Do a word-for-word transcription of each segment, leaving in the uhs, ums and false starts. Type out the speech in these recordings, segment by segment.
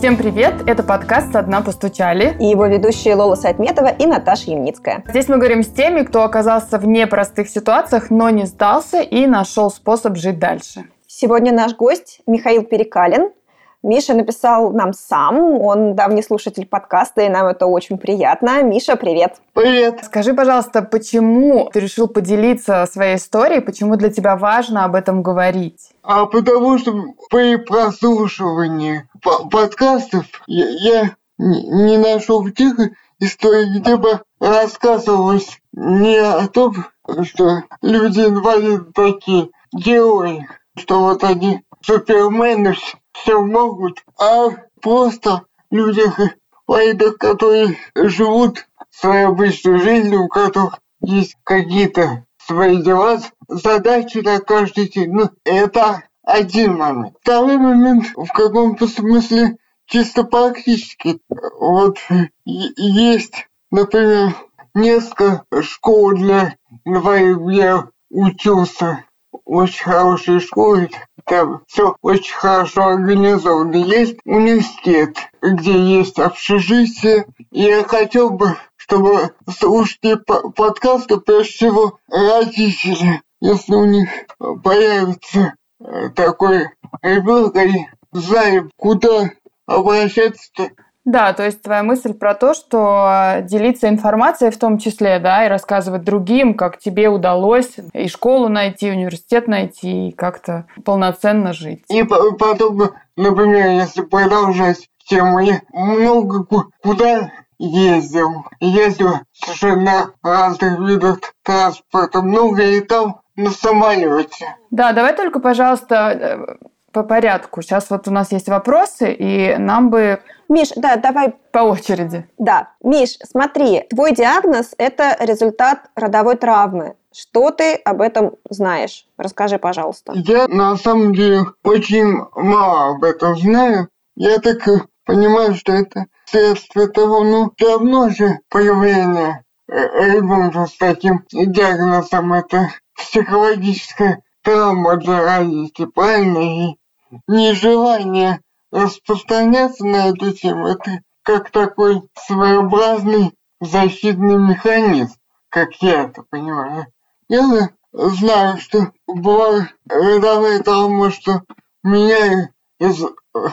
Всем привет! Это подкаст «Со дна постучали». И его ведущие Лола Сайтметова и Наташа Ямницкая. Здесь мы говорим с теми, кто оказался в непростых ситуациях, но не сдался и нашел способ жить дальше. Сегодня наш гость Михаил Перекалин. Миша написал нам сам, он давний слушатель подкаста, и нам это очень приятно. Миша, привет! Привет! Скажи, пожалуйста, почему ты решил поделиться своей историей, почему для тебя важно об этом говорить? А потому что при прослушивании подкастов я, я не нашел тех историй, где бы рассказывалось не о том, что люди-инвалиды такие герои, что вот они супермены, все могут, а просто людях, инвалидах, которые живут своей обычной жизнью, у которых есть какие-то свои дела, задачи на каждый день. Ну, это один момент. Второй момент в каком-то смысле чисто практически. Вот есть, например, несколько школ для инвалидов, я учился. Очень хорошие школы, там все очень хорошо организовано. Есть университет, где есть общежитие. И я хотел бы, чтобы слушатели подкаста, прежде всего, родители, если у них появится такой ребенок, они знают, куда обращаться-то. Да, то есть твоя мысль про то, что делиться информацией в том числе, да, и рассказывать другим, как тебе удалось и школу найти, и университет найти, и как-то полноценно жить. И потом, например, если продолжать тему, я много куда ездил. Ездил совершенно разных видов транспорта, много и там на самолете. Да, давай только, пожалуйста, по порядку. Сейчас вот у нас есть вопросы, и нам бы... Миш, да, давай... По очереди. Да. Миш, смотри, твой диагноз – это результат родовой травмы. Что ты об этом знаешь? Расскажи, пожалуйста. Я, на самом деле, очень мало об этом знаю. Я так понимаю, что это следствие того, ну, все равно же появление ребенка с таким диагнозом – это психологическая травма для родителей, правильно? И нежелание распространяться на эту тему, это как такой своеобразный защитный механизм, как я это понимаю. Я знаю, что была родовая травма, что меня из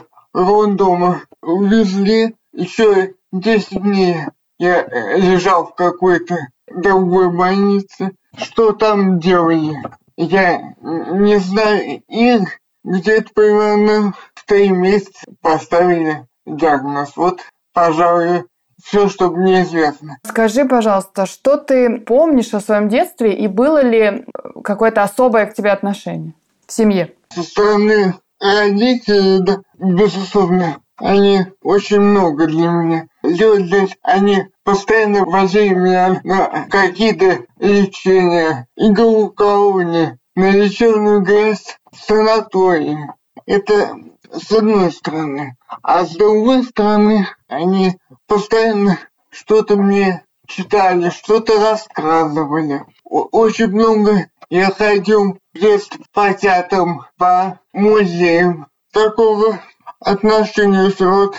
роддома увезли, еще десять дней я лежал в какой-то другой больнице. Что там делали? Я не знаю, и где-то примерно в три месяца поставили диагноз. Вот, пожалуй, все, что мне известно. Скажи, пожалуйста, что ты помнишь о своем детстве и было ли какое-то особое к тебе отношение в семье? Со стороны родителей, да, безусловно, они очень много для меня делали. Они постоянно возили меня на какие-то лечения, иглоукалывания, на лечебную грязь в санатории. Это с одной стороны. А с другой стороны, они постоянно что-то мне читали, что-то рассказывали. Очень много я ходил в детстве по театрам, по музеям. Такого отношения, что вот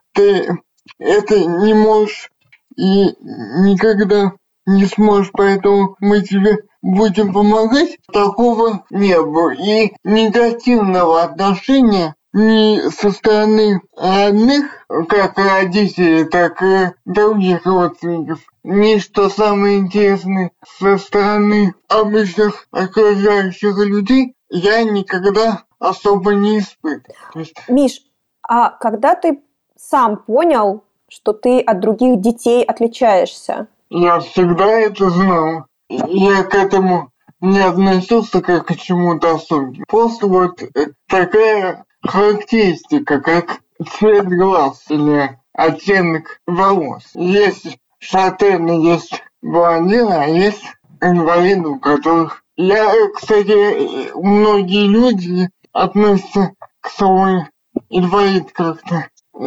ты это не можешь и никогда не сможешь, поэтому мы тебе будем помогать. Такого не было. И негативного отношения ни со стороны родных, как родителей, так и других родственников, ни, что самое интересное, со стороны обычных окружающих людей я никогда особо не испытывал. Есть... Миш, а когда ты сам понял, что ты от других детей отличаешься? Я всегда это знал. Я к этому не относился как к чему-то особенному. Просто вот такая характеристика, как цвет глаз или оттенок волос. Есть шатены, есть блондины, а есть инвалиды, у которых... Я, кстати, многие люди относятся к слову инвалид как-то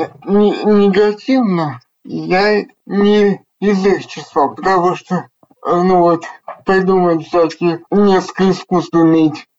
негативно. Я не из их числа, потому что, ну вот, придумать всякие несколько искусственные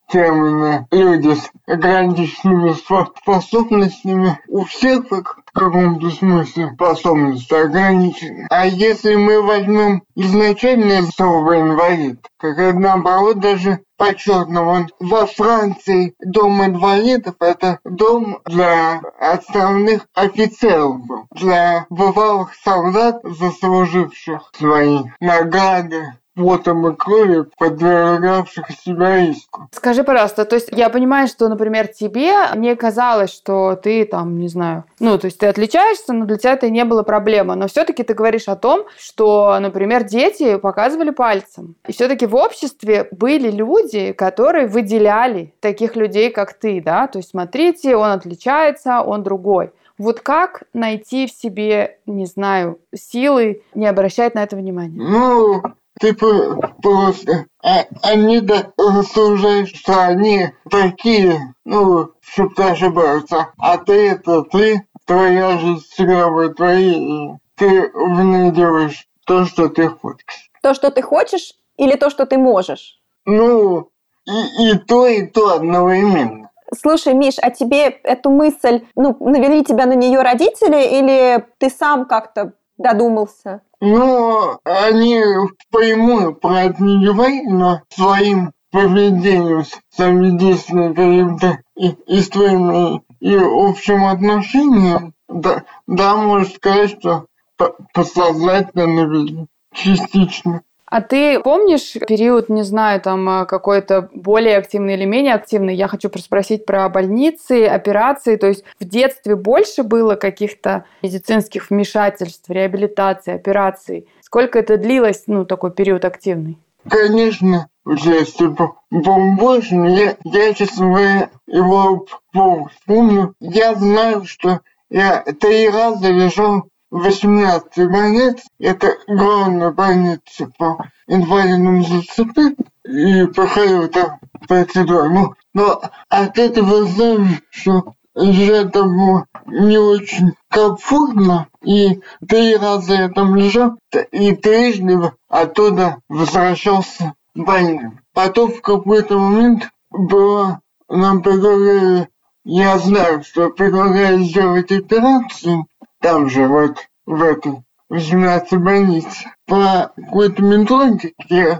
именно люди с ограниченными способностями. У всех в каком-то смысле способности ограничены. А если мы возьмем изначальное слово «инвалид», как наоборот даже почетно, вон во Франции дом инвалидов — это дом для отставных офицеров, для бывалых солдат, заслуживших свои награды потом и кровью, подвергавших себя риску. Скажи, пожалуйста, то есть я понимаю, что, например, тебе не казалось, что ты там, не знаю, ну, то есть ты отличаешься, но для тебя это не было проблемой, но все-таки ты говоришь о том, что, например, дети показывали пальцем. И все-таки в обществе были люди, которые выделяли таких людей, как ты, да, то есть смотрите, он отличается, он другой. Вот как найти в себе, не знаю, силы не обращать на это внимания? Ну, ты просто... А, они да, рассуждают, что они такие, ну, чтобы ошибаются. А ты — это ты, твоя жизнь всегда будет твоей, и ты в ней делаешь то, что ты хочешь. То, что ты хочешь, или то, что ты можешь? Ну, и, и то, и то одновременно. Слушай, Миш, а тебе эту мысль, ну, навели тебя на нее родители, или ты сам как-то додумался? Ну, они впрямую про это не говорили, но своим поведением, своими действиями и, и своими и общим отношением, да, да, можно сказать, что подсознательно навели, частично. А ты помнишь период, не знаю, там какой-то более активный или менее активный? Я хочу спросить про больницы, операции. То есть в детстве больше было каких-то медицинских вмешательств, реабилитации, операций? Сколько это длилось, ну, такой период активный? Конечно, в детстве было больше, но я, я честно, его помню. Я знаю, что я три раза лежал в восемнадцати больниц, это главная больница по инвалидным ЗЦП, и проходил там процедуру. Ну, но от этого знаю, что лежать там было не очень комфортно, и три раза я там лежал, и трижды оттуда возвращался больным. Потом в какой-то момент было, нам предлагали, я знаю, что предлагали сделать операцию, там же, вот, в этой восемнадцатой больнице. По какой-то методике я,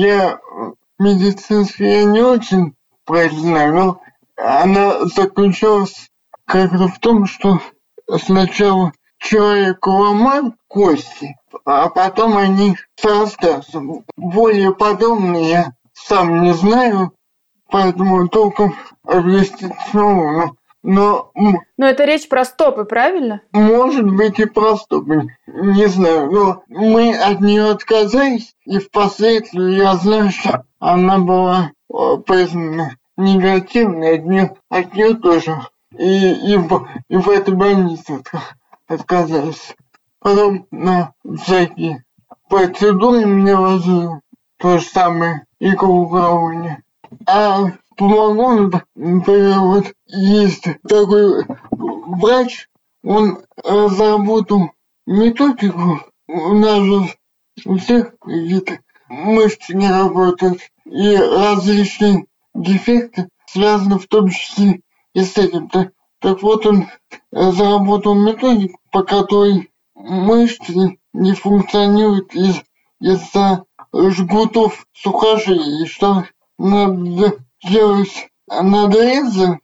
я медицинской я не очень правильно знаю, но она заключалась как-то в том, что сначала человек ломал кости, а потом они срастаются. Более подробно я сам не знаю, поэтому толком объяснить не могу. Но, но это речь про стопы, правильно? Может быть и про стопы, не знаю. Но мы от нее отказались, и впоследствии я знаю, что она была признана негативной, от нее, от нее тоже. И, и, в, и в этой больнице отказались. Потом на всякие процедуры меня возили, то же самое иглоукалывание. А помогло, например, вот есть такой врач, он разработал методику, у нас же у всех какие-то мышцы не работают, и различные дефекты связаны в том числе и с этим. Так, так вот он разработал методику, по которой мышцы не функционируют из, из-за жгутов сухожилий, что надо делать надрезы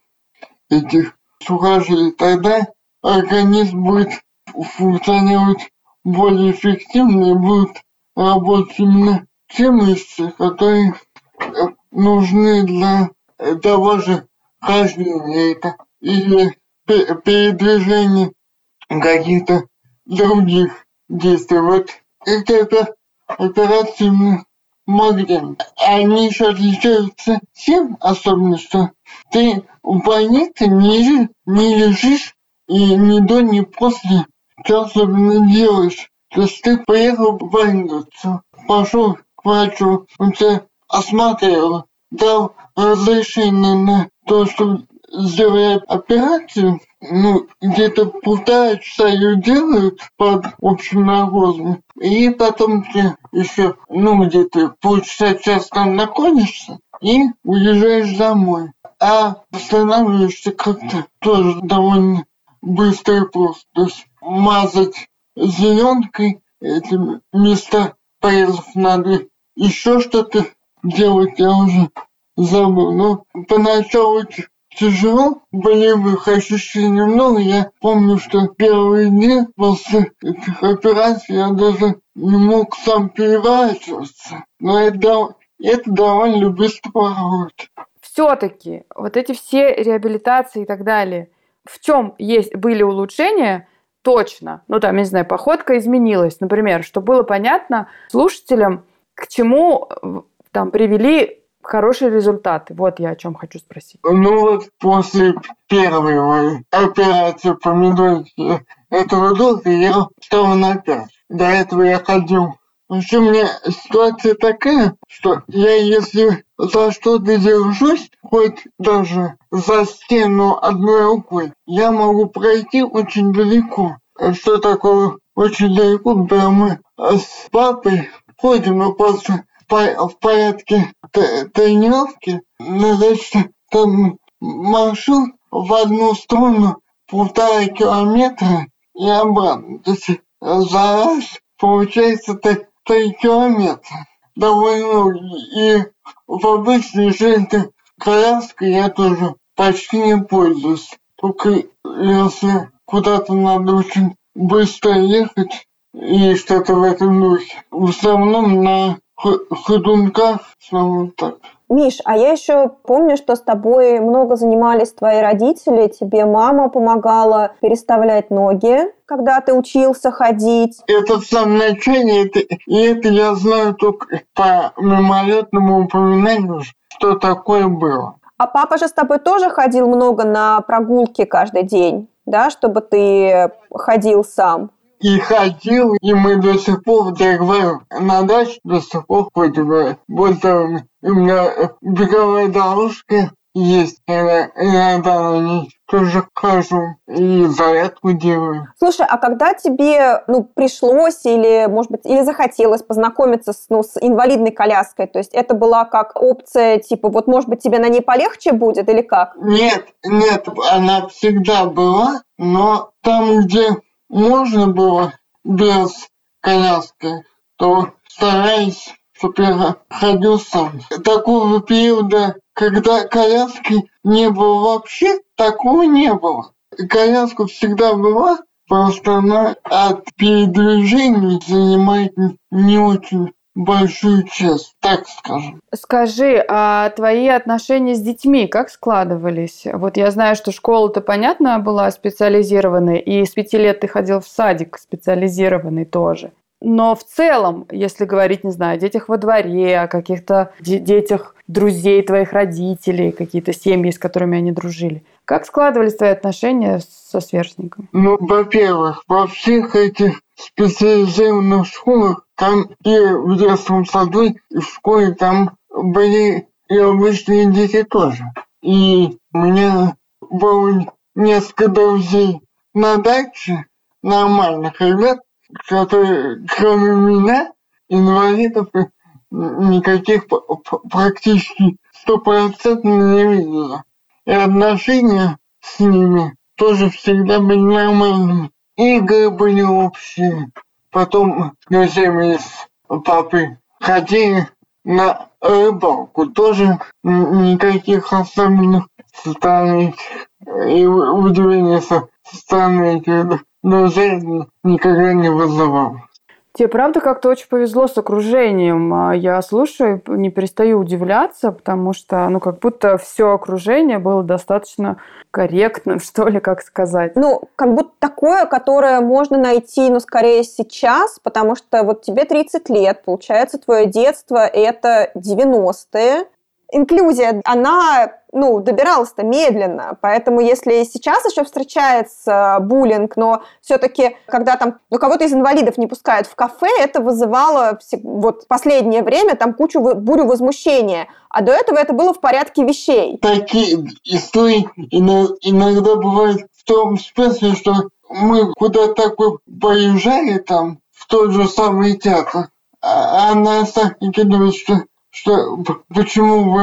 этих сухожилий, тогда организм будет функционировать более эффективно и будут работать именно те мышцы, которые нужны для того же хождения это, или передвижения каких-то других действий. Вот это оперативно могли. Они еще отличаются тем, особенно, что ты в больнице не, не лежишь и ни до, ни после что особенно делаешь. То есть ты приехал в больницу, пошел к врачу, он тебя осмотрел, дал разрешение на то, чтобы сделать операцию, ну, где-то полтора часа ее делают под общим наркозом, и потом ты еще, ну, где-то полчаса-час там находишься, и уезжаешь домой. А восстанавливаешься как-то тоже довольно быстро и просто. То есть мазать зеленкой эти места порезов надо, еще что-то делать, я уже забыл. Но поначалу тяжело, болевых ощущений много. Я помню, что первые дни после этих операций я даже не мог сам переворачиваться. Но это, это довольно быстро проходит. Все-таки вот эти все реабилитации и так далее, в чем есть, были улучшения, точно. Ну, там, я не знаю, походка изменилась, например, чтобы было понятно слушателям, к чему там привели хорошие результаты. Вот я о чем хочу спросить. Ну вот после первой операции по методике этого доктора я стал на пять. До этого я ходил. Вообще у меня ситуация такая, что я если за что-то держусь, хоть даже за стену одной рукой, я могу пройти очень далеко. Что такое очень далеко, когда мы с папой ходим, мы просто в порядке тренировки, значит, там маршрут в одну сторону полтора километра и обратно. То есть за раз получается три километра. Довольно много. И в обычной желтой коляской я тоже почти не пользуюсь. Только если куда-то надо очень быстро ехать и что-то в этом духе. В основном на ходунках, снова так. Миш, а я еще помню, что с тобой много занимались твои родители, тебе мама помогала переставлять ноги, когда ты учился ходить. Это в самом начале, это, и это я знаю только по мимолетному упоминанию, что такое было. А папа же с тобой тоже ходил много на прогулки каждый день, да, чтобы ты ходил сам? И ходил, и мы до сих пор, я говорю, на даче до сих пор ходим. Вот у меня беговая дорожка есть, я иногда на ней тоже хожу и зарядку делаю. Слушай, а когда тебе ну, пришлось или, может быть, или захотелось познакомиться с, ну, с инвалидной коляской, то есть это была как опция, типа, вот, может быть, тебе на ней полегче будет или как? Нет, нет, она всегда была, но там, где можно было без коляски, то стараюсь, чтобы я ходил сам. Такого периода, когда коляски не было вообще, такого не было. Коляска всегда была, просто она от передвижений занимает не очень большую часть, так скажем. Скажи, а твои отношения с детьми как складывались? Вот я знаю, что школа-то, понятно, была специализированной, и с пяти лет ты ходил в садик специализированный тоже. Но в целом, если говорить, не знаю, о детях во дворе, о каких-то де- детях друзей твоих родителей, какие-то семьи, с которыми они дружили, как складывались твои отношения со сверстником? Ну, во-первых, во всех этих специализированных школах, там и в детском саду, и в школе там были и обычные дети тоже. И у меня было несколько друзей на даче, нормальных ребят, которые, кроме меня, инвалидов, никаких практически стопроцентно не видела. И отношения с ними тоже всегда были нормальными. Игры были общие. Потом с друзьями с папой ходили на рыбалку. Тоже никаких особенных со стороны и удивления со стороны этих друзей никогда не вызывал. Тебе, правда, как-то очень повезло с окружением. Я слушаю, не перестаю удивляться, потому что, ну, как будто все окружение было достаточно корректным, что ли, как сказать. Ну, как будто такое, которое можно найти, ну, скорее сейчас, потому что вот тебе тридцать лет, получается, твое детство – это девяностые. Инклюзия, она, ну, добиралась-то медленно, поэтому если сейчас еще встречается буллинг, но все-таки, когда там, ну, кого-то из инвалидов не пускают в кафе, это вызывало вот в последнее время там кучу, бурю возмущения, а до этого это было в порядке вещей. Такие истории иногда бывают в том смысле, что мы куда-то такой поезжали там, в тот же самый театр, а нас так кидают, что что почему вы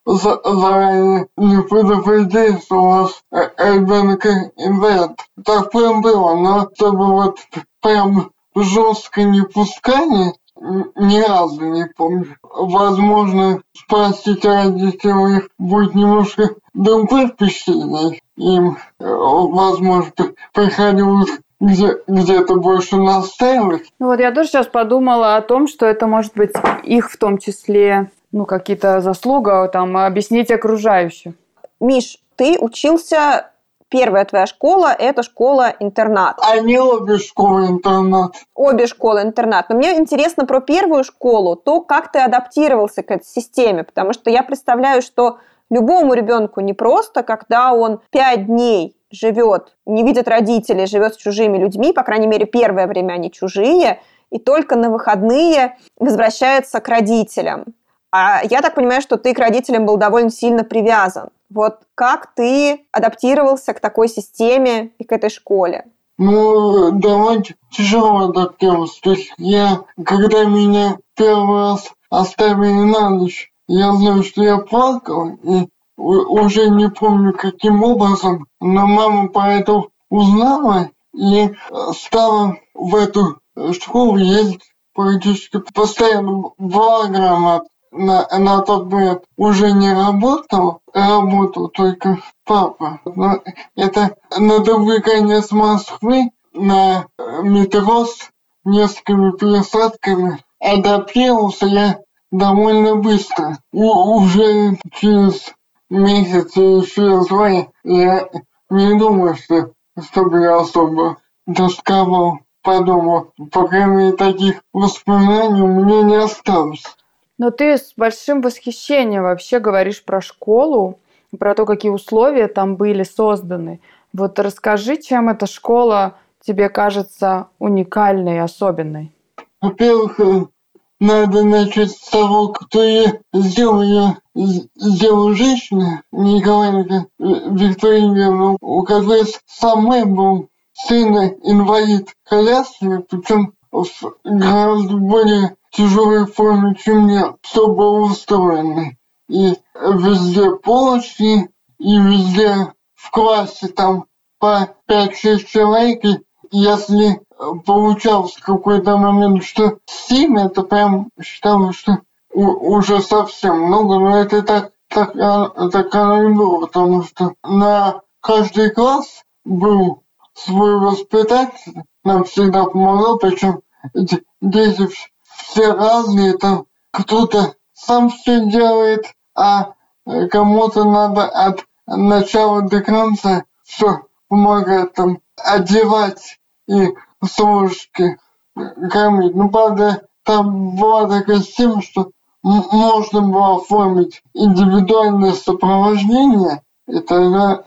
за- заранее не предупредить, что у вас э, ребенок инвалид. Так прям было, но чтобы вот прям жестко не пускали, н- ни разу не помню. Возможно, спросить родителей, у них будет немножко другое впечатление. Им, э, возможно, при- приходилось где- где-то больше настаивать. Ну вот я тоже сейчас подумала о том, что это может быть их в том числе, ну, какие-то заслуга, там, объяснить окружающим. Миш, ты учился, первая твоя школа – это школа-интернат. Они обе школы-интернат. Обе школы-интернат. Но мне интересно про первую школу, то, как ты адаптировался к этой системе, потому что я представляю, что любому ребенку непросто, когда он пять дней живет, не видит родителей, живет с чужими людьми, по крайней мере, первое время они чужие, и только на выходные возвращается к родителям. А я так понимаю, что ты к родителям был довольно сильно привязан. Вот как ты адаптировался к такой системе и к этой школе? Ну, довольно тяжело адаптироваться. То есть я, когда меня первый раз оставили на ночь, я знаю, что я плакал, и у- уже не помню каким образом, но мама поэтому узнала и э, стала в эту э, школу ездить практически постоянно. Благо, на, на тот момент уже не работал, работал только папа. Но это на другой конец Москвы, на э, метро с несколькими пересадками. Адаптировался я довольно быстро. У- уже через месяц или через два я не думаю, что чтобы я особо тосковал по дому. По крайней мере, таких воспоминаний у меня не осталось. Но ты с большим восхищением вообще говоришь про школу, про то, какие условия там были созданы. Вот расскажи, чем эта школа тебе кажется уникальной и особенной. Во-первых, э, надо начать с того, кто ее сделал, ее сделал женщина, Николаевна э, Виктория, у которой самой был сын инвалид-колясочник, причем в гораздо более тяжелой форме, чем я, все было устроено. И везде полочки, и везде в классе там по пять-шесть человек, и если получалось в какой-то момент, что семь, это прям считалось, что у- уже совсем много, но это так, так, а- так оно и было, потому что на каждый класс был свой воспитатель, нам всегда помогал, причем эти дети вс- все разные, там кто-то сам все делает, а э, кому-то надо от начала до конца все помогать там одевать и с ложки кормить. Ну, правда, там была такая система, что м- можно было оформить индивидуальное сопровождение, и тогда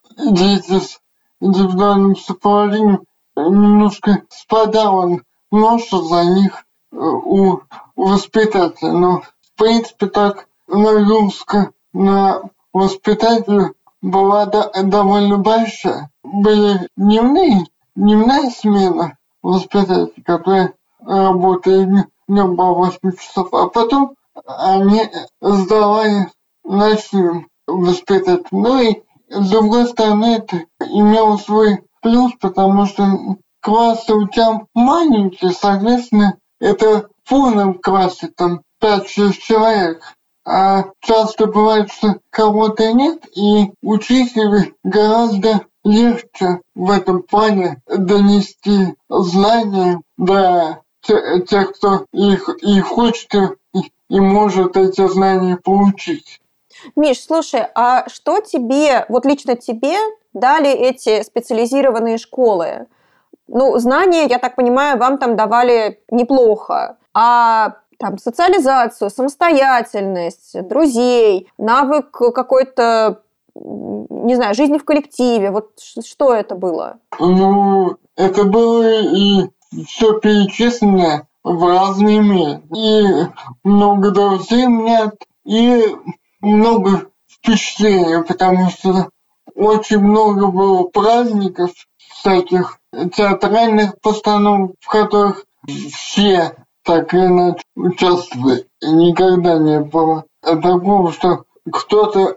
дети с индивидуальным сопровождением немножко спадала ноша за них э, у воспитателя. Но, в принципе, так нагрузка на воспитателя была до- довольно большая. Были дневные, дневная смена воспитателя, которая работает днем по восемь часов, а потом они сдавали ночным воспитателям. Ну и с другой стороны, это имело свой плюс, потому что классы у тебя маленькие, соответственно, это в полном классе там пять-шесть человек. А часто бывает, что кого-то нет, и учителю гораздо легче в этом плане донести знания до те- тех, кто их, их хочет и, и может эти знания получить. Миш, слушай, а что тебе, вот лично тебе дали эти специализированные школы? Ну, знания, я так понимаю, вам там давали неплохо. А там социализацию, самостоятельность, друзей, навык какой-то, м, не знаю, жизни в коллективе. Вот ш- что это было? Ну, это было и все перечислено в разные меры. И много друзей у меня, и много впечатлений, потому что очень много было праздников, всяких театральных постановок, в которых все так или иначе участвовали. И никогда не было такого, что кто-то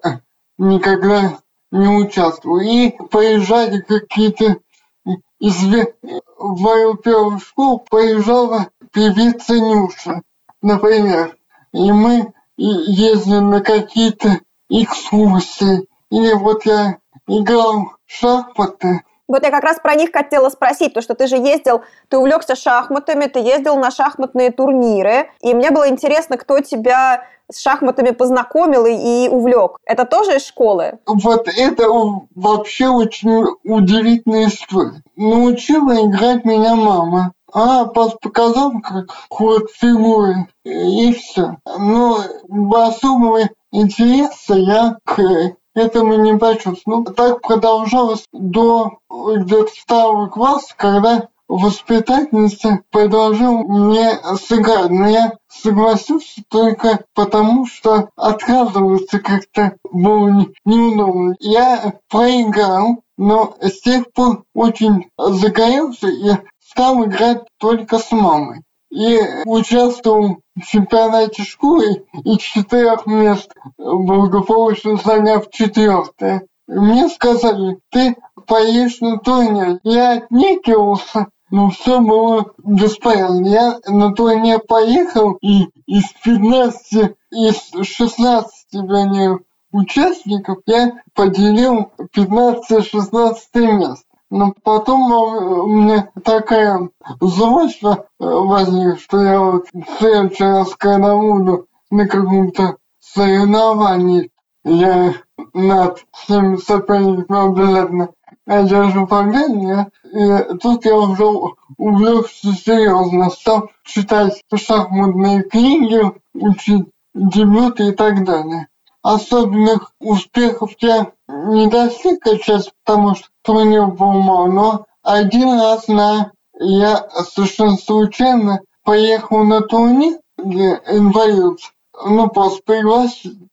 никогда не участвовал. И поезжали какие-то изве... В мою первую школу поезжала певица Нюша, например. И мы ездили на какие-то экскурсии. Или вот я играл в шахматы. Вот я как раз про них хотела спросить, потому что ты же ездил, ты увлекся шахматами, ты ездил на шахматные турниры, и мне было интересно, кто тебя с шахматами познакомил и увлек. Это тоже из школы? Вот это вообще очень удивительная история. Научила играть меня мама. Она показала, как ход фигуры, и все. Но особого интереса я к этому не почувствовал. Ну, так продолжалось до где-то второго класса, когда воспитательница предложила мне сыграть. Но я согласился только потому, что отказываться как-то было неудобно. Я проиграл, но с тех пор очень загорелся и стал играть только с мамой. И участвовал в чемпионате школы и четырех мест благополучно заняв четвертое. Мне сказали, ты поедешь на турнир. Я отнекивался, но все было бесполезно. Я на турнир поехал, и из пятнадцати, из шестнадцати, вернее, участников я поделил пятнадцать-шестнадцать мест. Но потом у меня такая злость возникла, что я вот в следующий раз, когда буду на каком-то соревновании, я над всеми соперниками обязательно одержу победу. И тут я уже увлекся серьезно, стал читать шахматные книги, учить дебюты и так далее. Особенных успехов я не достиг сейчас, потому что турнир был мало, но один раз на я совершенно случайно поехал на турнир для инвалидов, ну просто пригласили.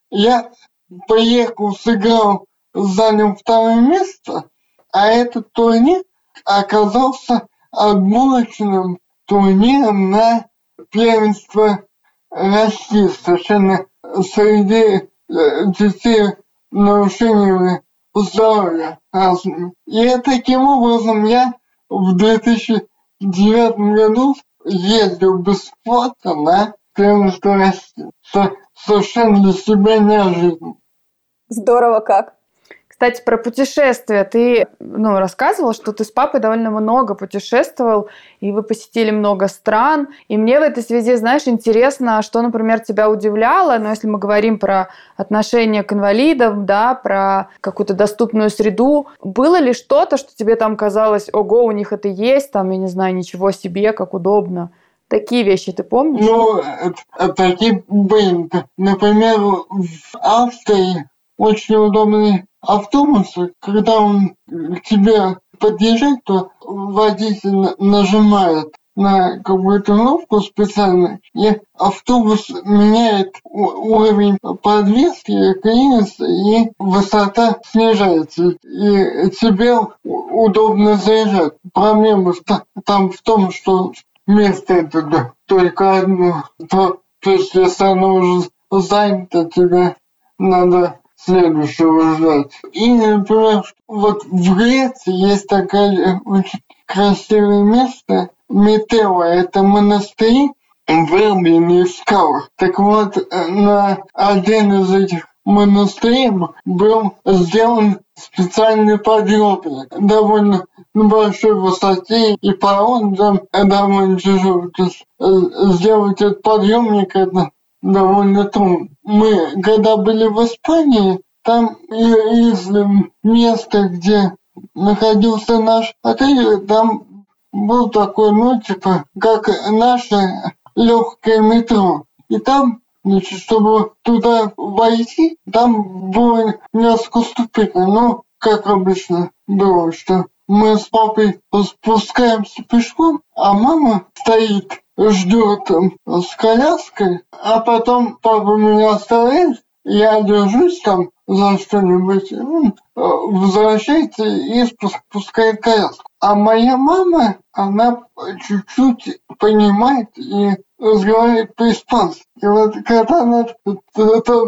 Я поехал, сыграл, занял второе место, а этот турнир оказался отборочным турниром на первенство России, совершенно среди детей с нарушениями здоровья разными. И таким образом я в две тысячи девятом году ездил бесплатно на первенство России. Совершенно для себя неожиданно. Здорово как. Кстати, про путешествия. Ты ну, рассказывал, что ты с папой довольно много путешествовал, и вы посетили много стран. И мне в этой связи, знаешь, интересно, что, например, тебя удивляло, но если мы говорим про отношение к инвалидам, да, про какую-то доступную среду, было ли что-то, что тебе там казалось, ого, у них это есть, там, я не знаю, ничего себе, как удобно? Такие вещи ты помнишь? Ну, такие были. Например, в Австрии очень удобные автобусы. Когда он к тебе подъезжает, то водитель нажимает на какую-то кнопку специально, и автобус меняет уровень подвески, клиренса, и высота снижается. И тебе удобно заезжать. Проблема там в том, что место это только одно. То, то есть, если оно уже занято, тебе надо следующего ждать. И, например, вот в Греции есть такое очень красивое место, Метео, это монастырь, вырубленные в скалах. Так вот, на один из этих монастырей был сделан специальный подъемник, довольно на большой высоте, и пород там довольно тяжелый. То есть сделать этот подъемник это довольно трудно. Мы, когда были в Испании, там из места, где находился наш отель, там был такой, ну, типа, как наше легкое метро. И там, значит, чтобы туда войти, там было несколько ступеней. Ну, как обычно было, что мы с папой спускаемся пешком, а мама стоит, ждет с коляской, а потом папа меня оставляет, я держусь там за что-нибудь, он возвращается и спускает коляску. А моя мама, она чуть-чуть понимает и разговаривает по-испански. И вот когда она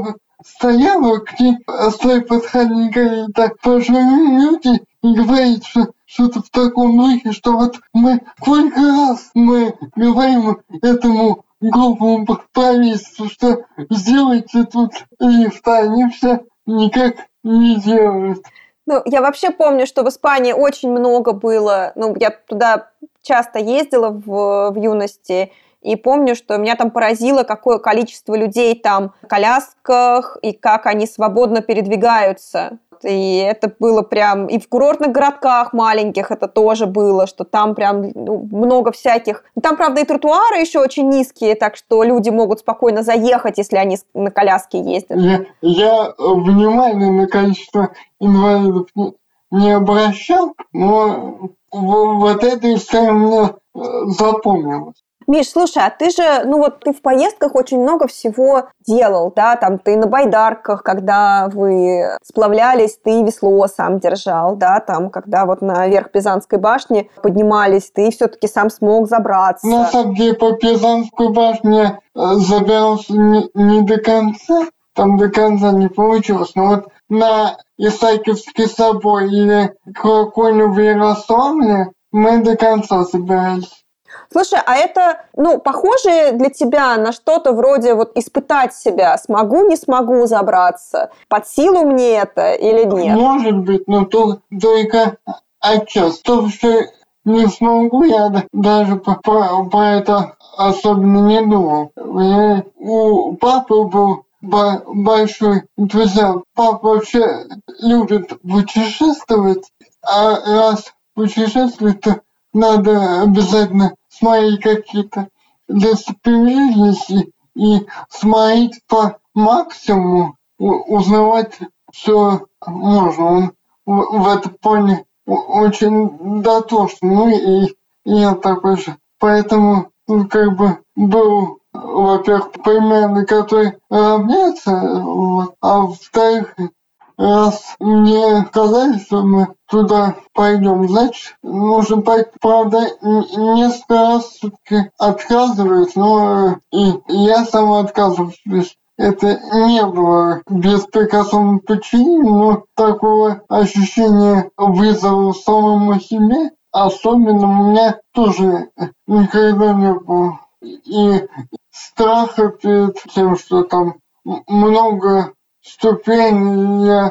стояла, к ней стали подходить какие-то пожилые люди и говорить, что что-то в таком духе, что вот мы сколько раз мы говорим этому глупому правительству, что сделайте тут лифт, а они все никак не делают. Ну, я вообще помню, что в Испании очень много было, ну, я туда часто ездила в, в юности, и помню, что меня там поразило, какое количество людей там в колясках, и как они свободно передвигаются. И это было прям... И в курортных городках маленьких это тоже было, что там прям ну, много всяких... Там, правда, и тротуары еще очень низкие, так что люди могут спокойно заехать, если они на коляске ездят. Я, я внимание на количество инвалидов не, не обращал, но вот эта история мне запомнилась. Миш, слушай, а ты же, ну вот ты в поездках очень много всего делал, да, там ты на байдарках, когда вы сплавлялись, ты весло сам держал, да, там, когда вот наверх Пизанской башни поднимались, ты все-таки сам смог забраться. На самом деле по Пизанской башне забирался не, не до конца, там до конца не получилось, но вот на Исаакиевский собор или колокольню в Ярославле мы до конца забирались. Слушай, а это, ну, похоже для тебя на что-то вроде вот испытать себя, смогу, не смогу забраться, под силу мне это или нет? Может быть, но то, только отчасти. То, что не смогу, я даже по, по, по это особенно не думал. Я, у папы был большой энтузиазм. Папа вообще любит путешествовать, а раз путешествовать, то надо обязательно смотреть какие-то достопримечательности и смотреть по максимуму, узнавать все можно. Он в, в этом плане очень дотошный, ну и, и я такой же. Поэтому, ну, как бы, был, во-первых, примерно, который равняется, вот, а во-вторых, раз мне сказали, что мы туда пойдем, значит, нужно пойти. Правда, несколько раз все-таки отказываюсь, но и я сам отказываюсь. Это не было беспрекословным подчинением, но такого ощущения вызова самому себе особенно у меня тоже никогда не было. И страха перед тем, что там много ступени я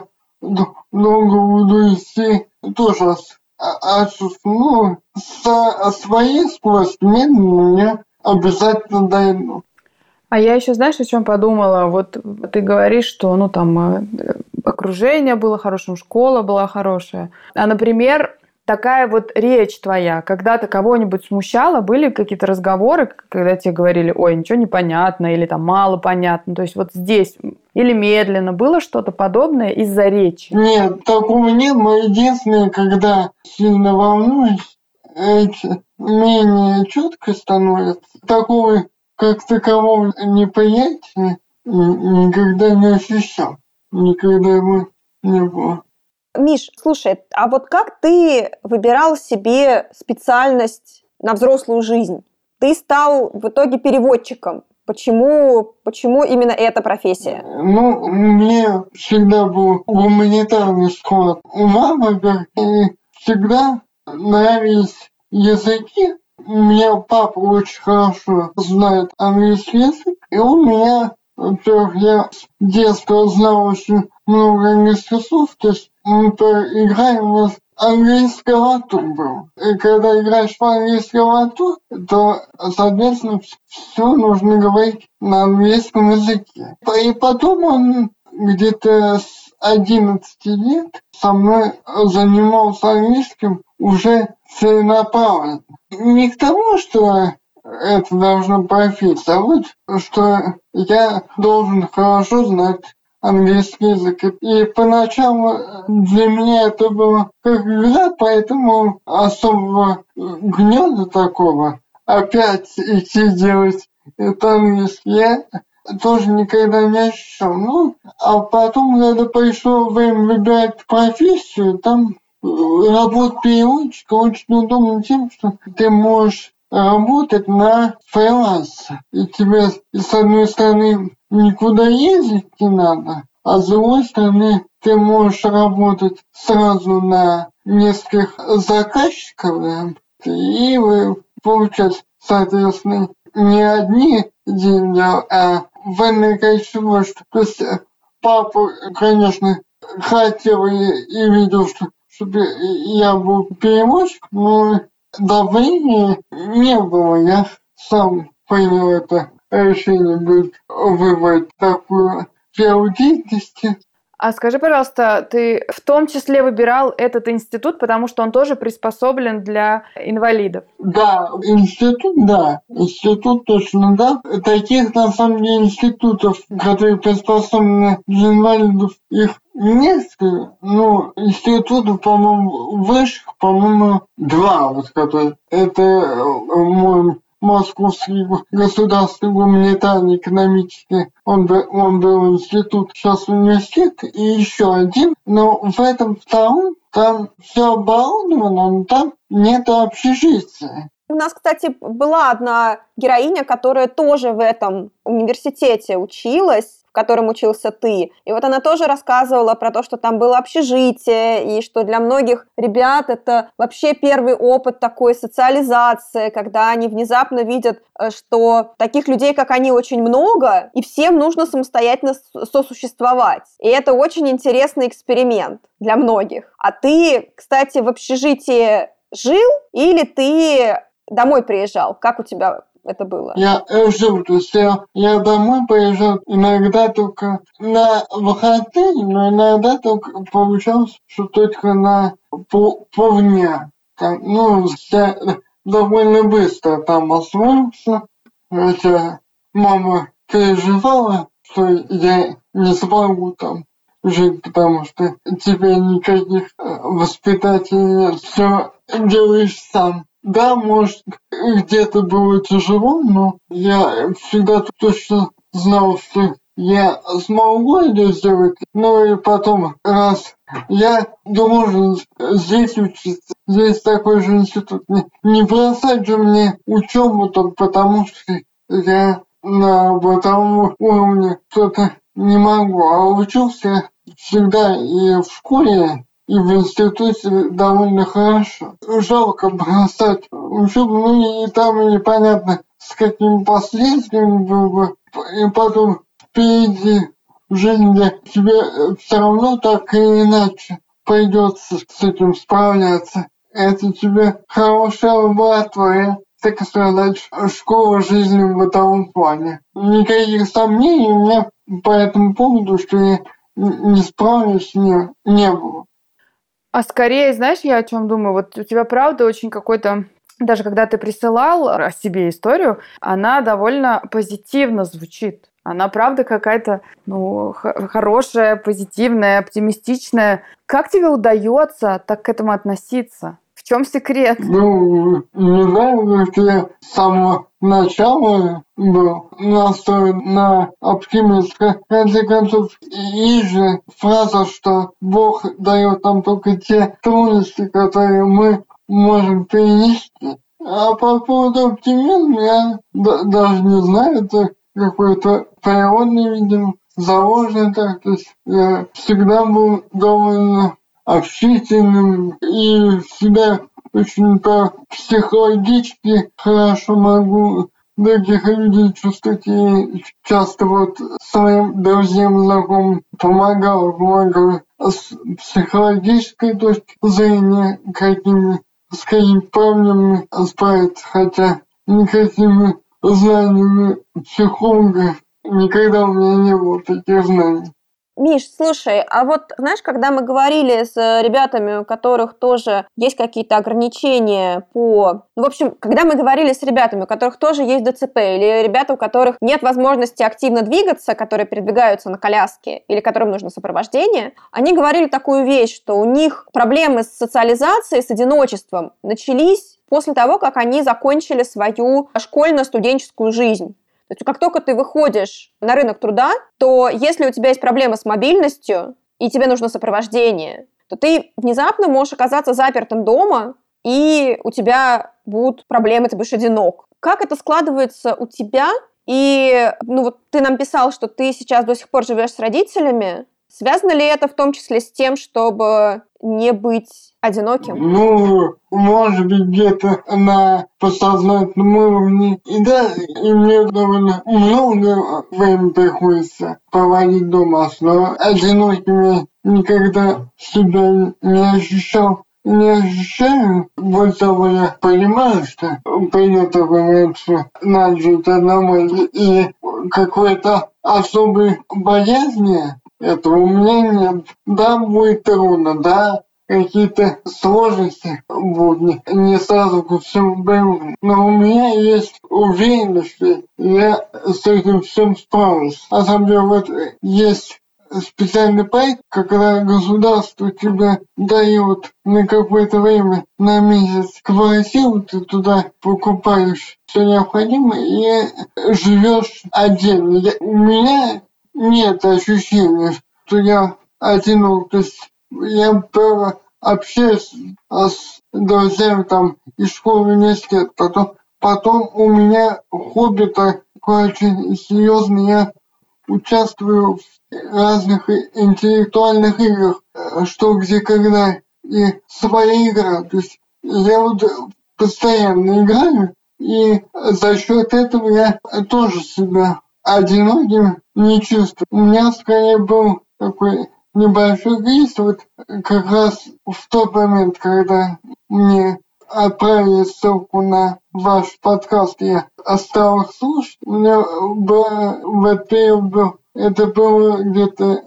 долго буду идти, тоже отсутствует. Ну, со своей скоростью медленно я обязательно дойду. А я еще, знаешь, о чем подумала? Вот ты говоришь, что, ну, там, окружение было хорошим, школа была хорошая. А, например, такая вот речь твоя, когда-то кого-нибудь смущала, были какие-то разговоры, когда тебе говорили, ой, ничего не понятно, или там мало понятно, то есть вот здесь, или медленно, было что-то подобное из-за речи? Нет, такого нет, но единственное, когда сильно волнуюсь, эти менее четко становится, такого как такового неприятия никогда не ощущал, никогда его не было. Миш, слушай, а вот как ты выбирал себе специальность на взрослую жизнь? Ты стал в итоге переводчиком. Почему, почему именно эта профессия? Ну, мне всегда был гуманитарный склад ума, во-первых, и всегда нравились языки. У меня папа очень хорошо знает английский язык, и он меня, во-первых, я с детства знал очень много английских слов, то есть мы играем, у нас английский лото был. И когда играешь по английскому лото, то, соответственно, все нужно говорить на английском языке. И потом он где-то с одиннадцати лет со мной занимался английским уже целенаправленно. Не к тому, что это должно профессия, а вот что я должен хорошо знать английский язык. И поначалу для меня это было как игра, поэтому особого гнезда такого опять идти делать это английский я тоже никогда не ощущал. Ну, а потом, когда пришло время выбирать профессию, там работа переводчика очень удобна тем, что ты можешь работать на фрилансе. И тебе, с одной стороны, никуда ездить не надо, а с другой стороны, ты можешь работать сразу на нескольких заказчиков, и вы получаете, соответственно, не одни деньги, а в количестве больше. То есть папа, конечно, хотел и, и видел, что, чтобы я был переводчик, но давления не было. Я сам принял это решение, будет выбрать такую сферу деятельности. А скажи, пожалуйста, ты в том числе выбирал этот институт, потому что он тоже приспособлен для инвалидов? Да, институт, да. Институт точно, да. Таких, на самом деле, институтов, которые приспособлены для инвалидов, их несколько. Ну, институтов, по-моему, высших, по-моему, два, вот которые. Это мой Московский государственный гуманитарный экономический, он был, он был институт, сейчас университет, и еще один, но в этом втором там все оборудовано, но там нет общежития. У нас, кстати, была одна героиня, которая тоже в этом университете училась, в котором учился ты. И вот она тоже рассказывала про то, что там было общежитие, и что для многих ребят это вообще первый опыт такой социализации, когда они внезапно видят, что таких людей, как они, очень много, и всем нужно самостоятельно сосуществовать. И это очень интересный эксперимент для многих. А ты, кстати, в общежитии жил или ты домой приезжал? Как у тебя это было? Я жил, то есть я, я домой приезжал иногда только на выходные, но иногда только получалось, что только на пол, полдня. Там, ну, я довольно быстро там освоился, хотя мама переживала, что я не смогу там жить, потому что тебе никаких воспитателей нет, все делаешь сам. Да, может, где-то было тяжело, но я всегда точно знал, что я смогу это сделать. Ну и потом, раз я должен здесь учиться, здесь такой же институт, не, не бросать же мне учебу только потому, что я на бытовом уровне что-то не могу. А учился всегда и в школе, и в институте довольно хорошо. Жалко бросать учебу, ну и там непонятно, с какими последствиями было бы. И потом впереди в жизни тебе все равно так или иначе придется с этим справляться. Это тебе хорошая была твоя, так сказать, школа жизни в бытовом плане. Никаких сомнений у меня по этому поводу, что я не справлюсь, не, не было. А скорее, знаешь, я о чем думаю? Вот у тебя правда очень какой-то... Даже когда ты присылал о себе историю, она довольно позитивно звучит. Она правда какая-то, ну, х- хорошая, позитивная, оптимистичная. Как тебе удается так к этому относиться? В чем секрет? Ну, не знаю, что я с самого начала был настроен на оптимизм. В конце концов, есть же фраза, что Бог дает нам только те трудности, которые мы можем перенести. А по поводу оптимизма я д- даже не знаю, это какой-то природный, видимо, заложенный так. То есть я всегда был довольно общительным и всегда очень психологически хорошо могу других людей чувствовать, и часто вот своим друзьям, знакомым помогал, помогал с психологической точки зрения какими с какими проблемами справиться, хотя никакими знаниями психолога никогда у меня не было таких знаний. Миш, слушай, а вот, знаешь, когда мы говорили с ребятами, у которых тоже есть какие-то ограничения по... Ну, в общем, когда мы говорили с ребятами, у которых тоже есть ДЦП, или ребята, у которых нет возможности активно двигаться, которые передвигаются на коляске, или которым нужно сопровождение, они говорили такую вещь, что у них проблемы с социализацией, с одиночеством начались после того, как они закончили свою школьно-студенческую жизнь. То есть как только ты выходишь на рынок труда, то если у тебя есть проблемы с мобильностью и тебе нужно сопровождение, то ты внезапно можешь оказаться запертым дома и у тебя будут проблемы, ты будешь одинок. Как это складывается у тебя? И ну вот ты нам писал, что ты сейчас до сих пор живешь с родителями. Связано ли это в том числе с тем, чтобы не быть одиноким? Ну, может быть, где-то на подсознательном уровне. И да, и мне довольно много времени приходится проводить дома, но одиноким я никогда себя не ощущал. Не ощущаю. Вот того я понимаю, что придет такой момент, что надо жить одному, и какой-то особой боязни этого у меня нет. Да, будет трудно, да, какие-то сложности будут, не сразу ко всему привыкну. Но у меня есть уверенность, что я с этим всем справлюсь. На самом деле, вот есть специальный проект, когда государство тебе дает на какое-то время, на месяц квартиру, ты туда покупаешь все необходимое и живешь отдельно. Я, у меня нет ощущения, что я одинок. То есть я право общаюсь с друзьями там из школы, университета. Потом, потом у меня хобби такое очень серьезное. Я участвую в разных интеллектуальных играх, что, где, когда, и своя игра. То есть я вот постоянно играю, и за счет этого я тоже себя одиноким не чувствую. У меня скорее был такой небольшой кризис, вот как раз в тот момент, когда мне отправили ссылку на ваш подкаст, я стал их слушать. У меня было, в этот период был, это было где-то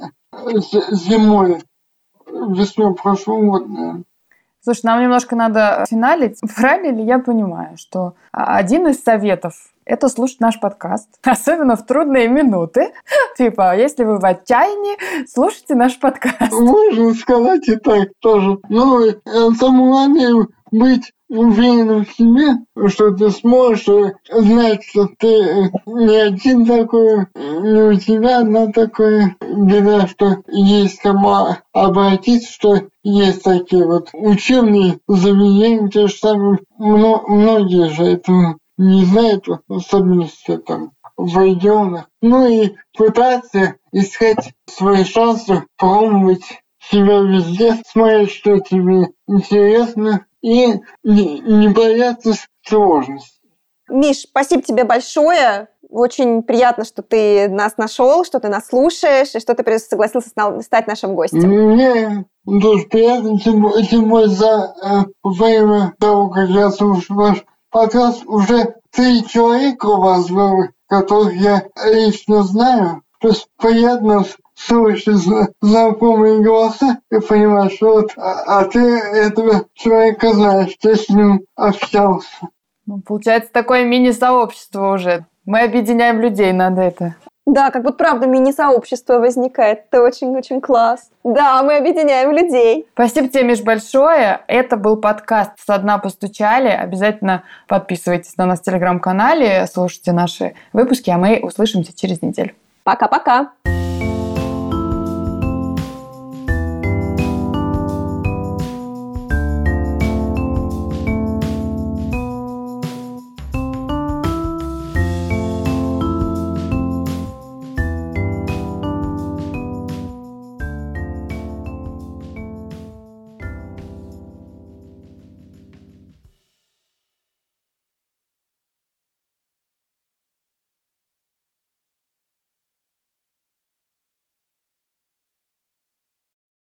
зимой, весной прошлого года, наверное. Слушай, нам немножко надо финалить. Правильно ли я понимаю, что один из советов – это слушать наш подкаст, особенно в трудные минуты. Типа, если вы в отчаянии, слушайте наш подкаст. Можно сказать и так тоже. Но самое главное быть уверенным в себе, что ты сможешь знать, что ты не один такой, не у тебя одна такая беда, что есть кому обратиться, что есть такие вот учебные заведения, те же самые, многие же этого не знают, особенности там в регионах. Ну и пытаться искать свои шансы, пробовать себя везде, смотреть, что тебе интересно, и не, не бояться сложностей. Миш, спасибо тебе большое. Очень приятно, что ты нас нашел, что ты нас слушаешь, и что ты согласился стать нашим гостем. Мне тоже приятно, тем, тем более за э, время того, как я слушаю ваш подкаст, уже три человека у вас было, которых я лично знаю. То есть приятно слышать знакомые голоса и понимаешь, что вот, а, а ты этого человека знаешь, ты с ним общался. Ну, получается, такое мини-сообщество уже. Мы объединяем людей, надо это. Да, как будто правда мини-сообщество возникает. Это очень-очень класс. Да, мы объединяем людей. Спасибо тебе, Миш, большое. Это был подкаст «Со дна постучали». Обязательно подписывайтесь на нас в Телеграм-канале, слушайте наши выпуски, а мы услышимся через неделю. Пока-пока.